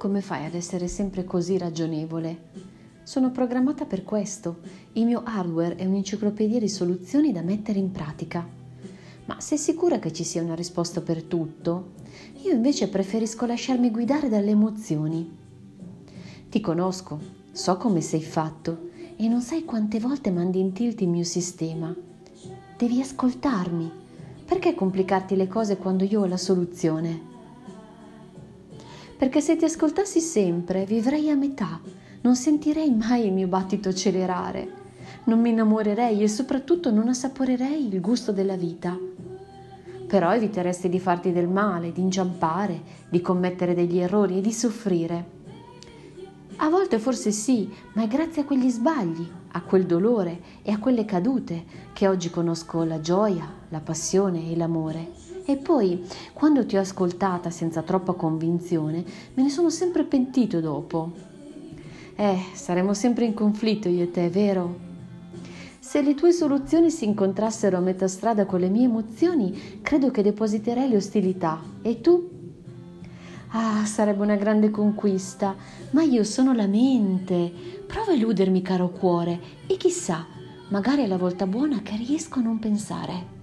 come fai ad essere sempre così ragionevole? Sono programmata per questo. Il mio hardware è un'enciclopedia di soluzioni da mettere in pratica. Ma sei sicura che ci sia una risposta per tutto? Io invece preferisco lasciarmi guidare dalle emozioni. Ti conosco, so come sei fatto e non sai quante volte mandi in tilt il mio sistema. Devi ascoltarmi. Perché complicarti le cose quando io ho la soluzione? Perché se ti ascoltassi sempre vivrei a metà, non sentirei mai il mio battito accelerare, non mi innamorerei e soprattutto non assaporerei il gusto della vita. Però eviteresti di farti del male, di inciampare, di commettere degli errori e di soffrire. A volte forse sì, ma è grazie a quegli sbagli, a quel dolore e a quelle cadute che oggi conosco la gioia, la passione e l'amore. E poi, quando ti ho ascoltata senza troppa convinzione, me ne sono sempre pentito dopo. Saremo sempre in conflitto io e te, vero? Se le tue soluzioni si incontrassero a metà strada con le mie emozioni, credo che depositerei le ostilità. E tu? Ah, sarebbe una grande conquista, ma io sono la mente. Prova a illudermi, caro cuore, e chissà, magari è la volta buona che riesco a non pensare.